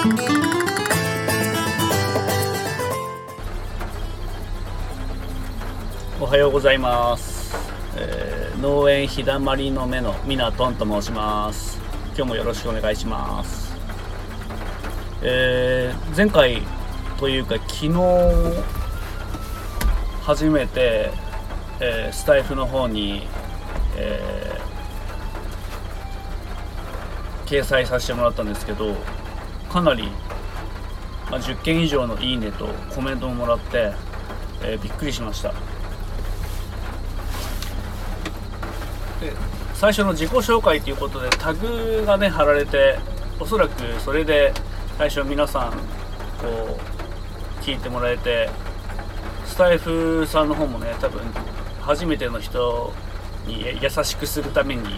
おはようございます。農園日だまりの目のみなとんと申します。今日もよろしくお願いします。前回というか昨日初めて、スタイフの方に、掲載させてもらったんですけど、かなり、10件以上のいいねとコメントももらって、びっくりしました。で最初の自己紹介ということでタグがね貼られて、おそらくそれで最初皆さんこう聞いてもらえて、スタイフさんの方もね多分初めての人に優しくするためにこ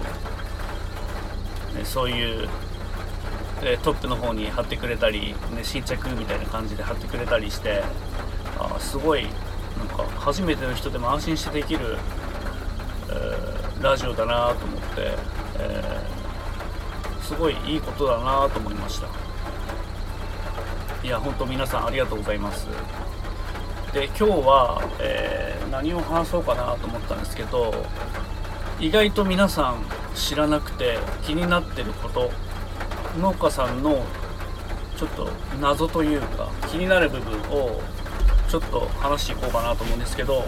う、ね、そういうトップの方に貼ってくれたり、ね、新着みたいな感じで貼ってくれたりして、すごいなんか初めての人でも安心してできるラジオだなと思って、すごいいいことだなと思いました。いや本当皆さんありがとうございます。で今日は、何を話そうかなと思ったんですけど、意外と皆さん知らなくて気になってること、農家さんのちょっと謎というか気になる部分をちょっと話していこうかなと思うんですけど、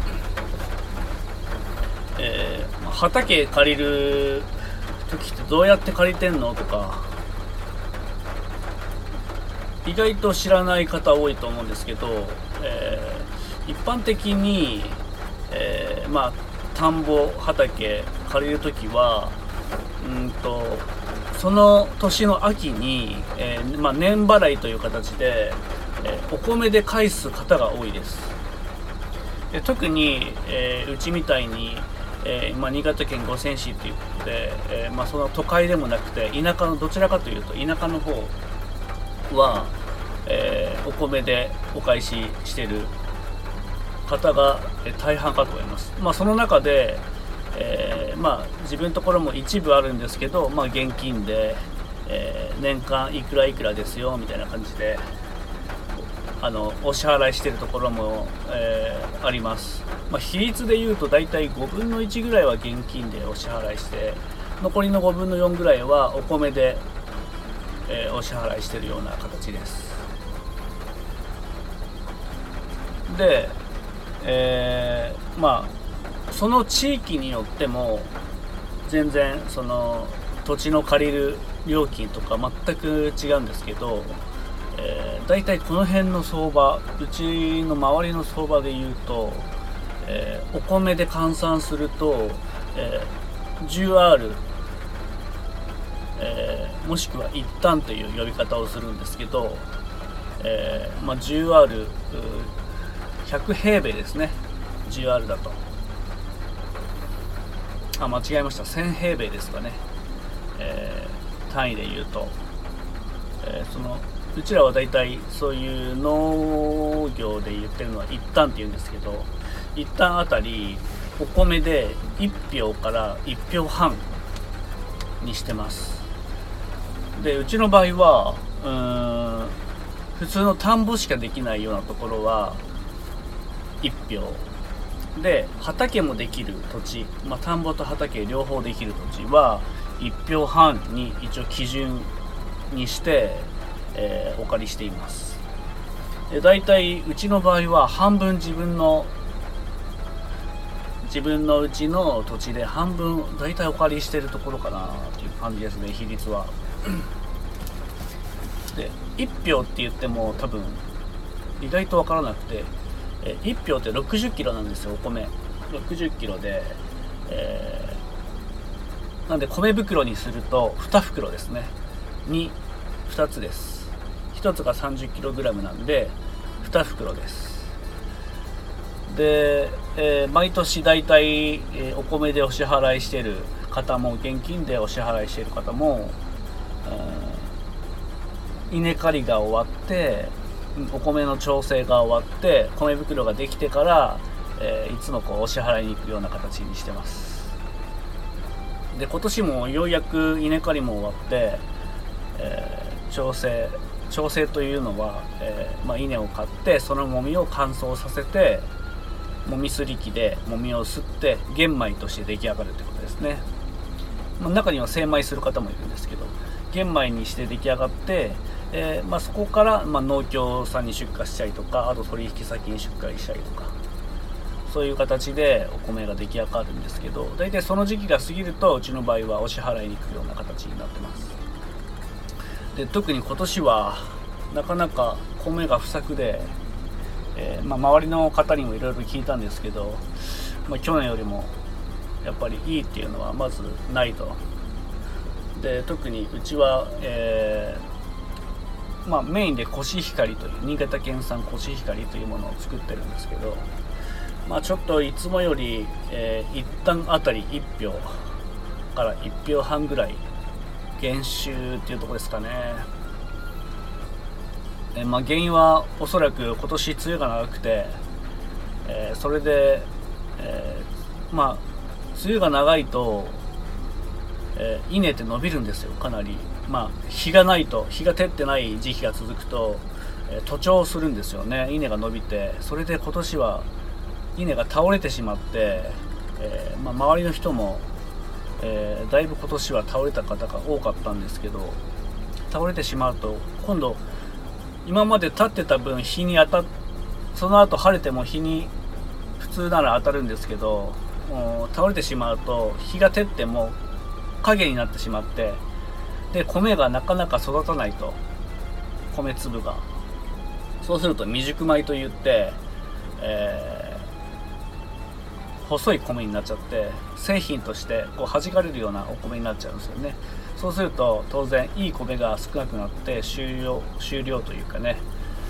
畑借りる時ってどうやって借りてんのとか意外と知らない方多いと思うんですけど、一般的に、田んぼ畑借りる時はその年の秋に、年払いという形で、お米で返す方が多いです。で特に、うちみたいに新潟県五泉市ということで、その都会でもなくて田舎のどちらかというと田舎の方は、お米でお返ししている方が大半かと思います。その中で、自分のところも一部あるんですけど、現金で、年間いくらいくらですよみたいな感じでお支払いしているところも、あります。比率でいうとだいたい5分の1ぐらいは現金でお支払いして、残りの5分の4ぐらいはお米で、お支払いしているような形です。で、その地域によっても全然その土地の借りる料金とか全く違うんですけど、だいたいこの辺の相場、うちの周りの相場でいうと、お米で換算すると、10R、もしくは一旦という呼び方をするんですけど、10R、100平米ですね。 10R だと間違えました、1000平米ですかね、単位で言うと、うちらはだいたいそういう農業で言ってるのは一旦って言うんですけど、一旦あたりお米で1俵から1俵半にしてます。でうちの場合は普通の田んぼしかできないようなところは1俵で、畑もできる土地、田んぼと畑両方できる土地は1俵半に一応基準にして、お借りしています。でだいたいうちの場合は半分自分のうちの土地で半分だいたいお借りしてるところかなという感じですね、比率は。で1俵って言っても多分意外と分からなくて、1俵って60キロなんですよ、お米60キロで、なんで米袋にすると2袋ですね、2つです。1つが 30kg なんで2袋です。で、毎年だいたいお米でお支払いしている方も現金でお支払いしている方も、稲刈りが終わってお米の調整が終わって米袋ができてから、いつもこうお支払いに行くような形にしてます。で今年もようやく稲刈りも終わって、 調整というのは、稲を買ってそのもみを乾燥させてもみすり機でもみをすって玄米として出来上がるということですね。中には精米する方もいるんですけど、玄米にして出来上がって、そこから、農協さんに出荷したりとか、あと取引先に出荷したりとか、そういう形でお米が出来上がるんですけど、大体その時期が過ぎるとうちの場合はお支払いに来るような形になってます。で、特に今年はなかなか米が不作で、周りの方にもいろいろ聞いたんですけど、去年よりもやっぱりいいっていうのはまずないと。で、特にうちは、メインでコシヒカリという新潟県産コシヒカリというものを作ってるんですけど、ちょっといつもより、一旦あたり1票から1票半ぐらい減収っていうところですかね。原因はおそらく今年梅雨が長くて、それで、梅雨が長いと、稲って伸びるんですよ、かなり。日が照ってない時期が続くと、徒長するんですよね。稲が伸びて、それで今年は稲が倒れてしまって、周りの人も、だいぶ今年は倒れた方が多かったんですけど、倒れてしまうと今度今まで立ってた分日にその後晴れても日に普通なら当たるんですけど、倒れてしまうと日が照っても影になってしまって、で米がなかなか育たないと、米粒が。そうすると未熟米といって、細い米になっちゃって製品としてこう弾かれるようなお米になっちゃうんですよね。そうすると当然いい米が少なくなって収量というかね、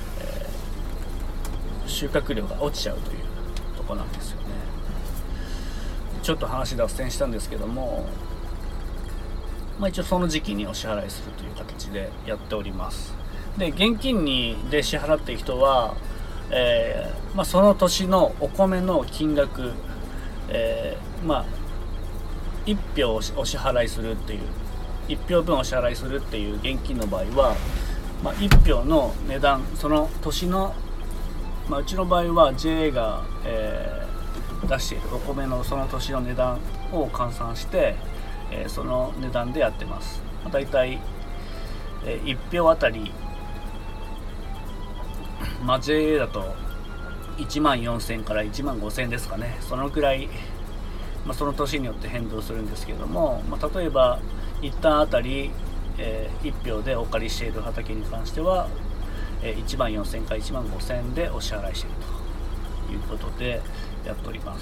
収穫量が落ちちゃうというところなんですよね。ちょっと話脱線したんですけども、一応その時期にお支払いするという形でやっております。で、現金で支払っている人は、その年のお米の金額、1票お支払いするっていう1票分お支払いするっていう現金の場合は、1票の値段、その年の、うちの場合は JA が、出しているお米のその年の値段を換算して、その値段でやってます。だいたい1票あたり、JA だと1万4000から1万5000ですかね。そのくらい、その年によって変動するんですけれども、例えば一旦あたり、1票でお借りしている畑に関しては、1万4000から1万5000でお支払いしているということでやっております。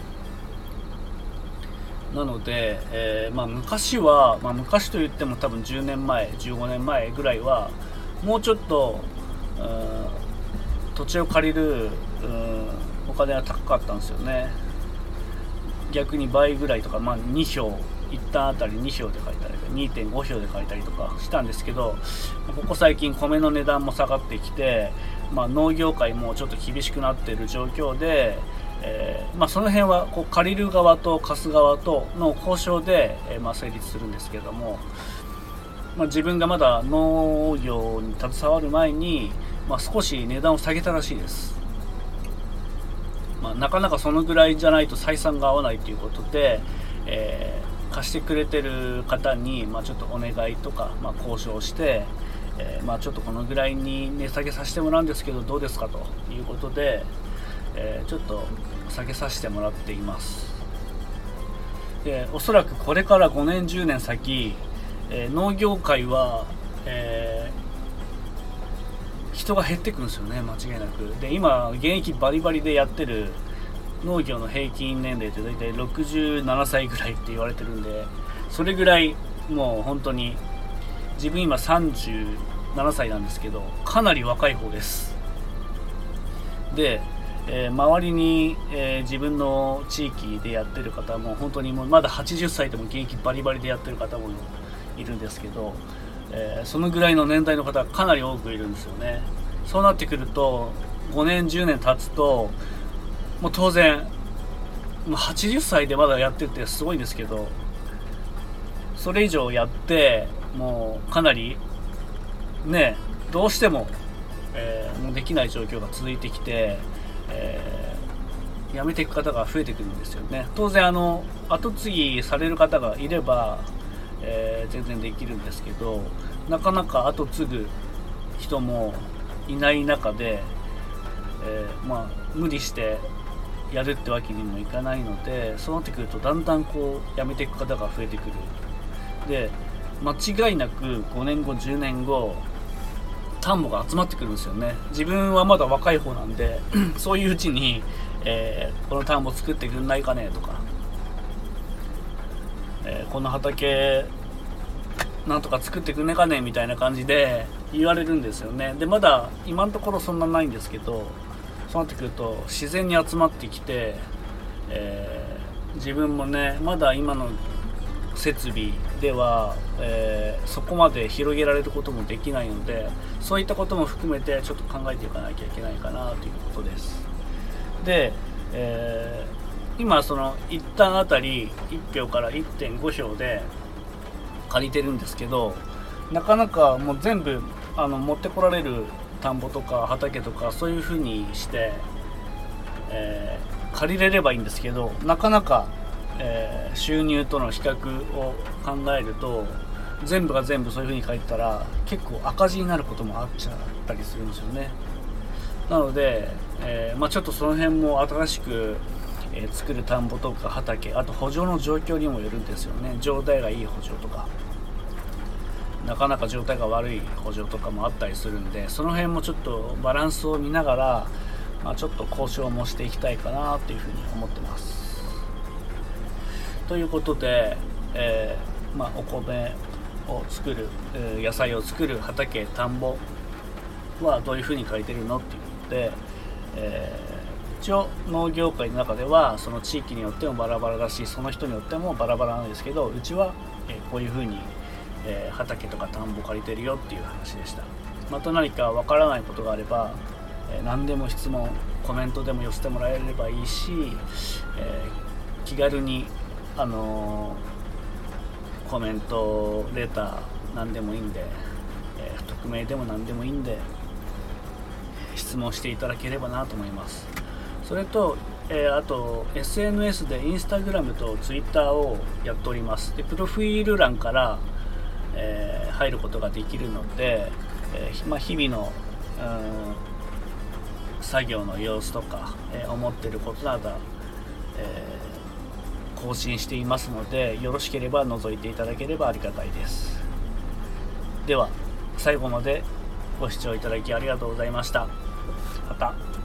なので、昔は、昔といっても多分10年前15年前ぐらいはもうちょっと土地を借りるお金は高かったんですよね。逆に倍ぐらいとか、2票一旦あたり2票で借りたり 2.5 票で借りたりとかしたんですけど、ここ最近米の値段も下がってきて、農業界もちょっと厳しくなっている状況で、その辺はこう借りる側と貸す側との交渉で、成立するんですけども、自分がまだ農業に携わる前に、少し値段を下げたらしいです。なかなかそのぐらいじゃないと採算が合わないということで、貸してくれてる方に、ちょっとお願いとか、交渉して、ちょっとこのぐらいに値下げさせてもらうんですけどどうですかということで、ちょっと下げさせてもらっています。で、おそらくこれから5年10年先、農業界は、人が減ってくるんですよね、間違いなく。で、今現役バリバリでやってる農業の平均年齢って大体67歳ぐらいって言われてるんで、それぐらいもう本当に、自分今37歳なんですけどかなり若い方です。で、周りに、自分の地域でやってる方も本当にもうまだ80歳でも現役バリバリでやってる方もいるんですけど、そのぐらいの年代の方がかなり多くいるんですよね。そうなってくると5年10年経つともう当然80歳でまだやっててすごいんですけど、それ以上やってもうかなりねどうしても、もうできない状況が続いてきて、辞めていく方が増えてくるんですよね。当然後継ぎされる方がいれば、全然できるんですけど、なかなか後継ぐ人もいない中で、無理してやるってわけにもいかないので、そうなってくるとだんだんこう辞めていく方が増えてくる。で間違いなく5年後10年後田んぼが集まってくるんですよね。自分はまだ若い方なんでそういううちに、この田んぼ作ってくんないかねとか、この畑なんとか作ってくんねかねみたいな感じで言われるんですよね。でまだ今のところそんなないんですけど、そうなってくると自然に集まってきて、自分もねまだ今の設備では、そこまで広げられることもできないので、そういったことも含めてちょっと考えていかなきゃいけないかなということです。で、今その一旦あたり1票から 1.5 票で借りてるんですけど、なかなかもう全部持ってこられる田んぼとか畑とかそういう風にして、借りれればいいんですけど、なかなか、収入との比較を考えると全部が全部そういう風に借りたら結構赤字になることもあっちゃったりするんですよね。なので、ちょっとその辺も新しく、作る田んぼとか畑、あと補助の状況にもよるんですよね。状態がいい補助とかなかなか状態が悪い補助とかもあったりするんで、その辺もちょっとバランスを見ながら、ちょっと交渉もしていきたいかなというふうに思ってます。ということで、お米を作る、野菜を作る畑、田んぼはどういうふうに借りてるのっていうことで、一応農業界の中ではその地域によってもバラバラだし、その人によってもバラバラなんですけど、うちは、こういうふうに、畑とか田んぼ借りてるよっていう話でした。また何かわからないことがあれば、何でも質問コメントでも寄せてもらえればいいし、気軽にコメントレター何でもいいんで、匿名でも何でもいいんで質問していただければなと思います。それと、あと SNS でインスタグラムとツイッターをやっております。でプロフィール欄から、入ることができるので、日々の作業の様子とか、思っていることなど、更新していますので、よろしければ覗いていただければありがたいです。では最後までご視聴いただきありがとうございました。また。